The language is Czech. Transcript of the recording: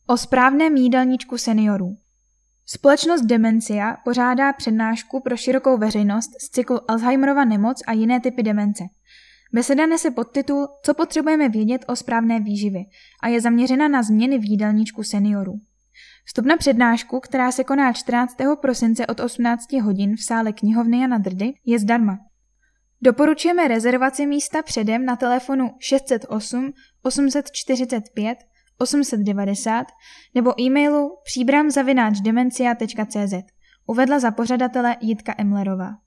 O správném jídelníčku seniorů. Společnost Demencia pořádá přednášku pro širokou veřejnost z cyklu Alzheimerova nemoc a jiné typy demence. Beseda nese podtitul Co potřebujeme vědět o správné výživě a je zaměřena na změny v jídelníčku seniorů. Vstup na přednášku, která se koná 14. prosince od 18 hodin v sále knihovny Jana Drdy, je zdarma. Doporučujeme rezervaci místa předem na telefonu 608 845 890 nebo e-mailu příbram@demencia.cz. Uvedla za pořadatele Jitka Emlerová.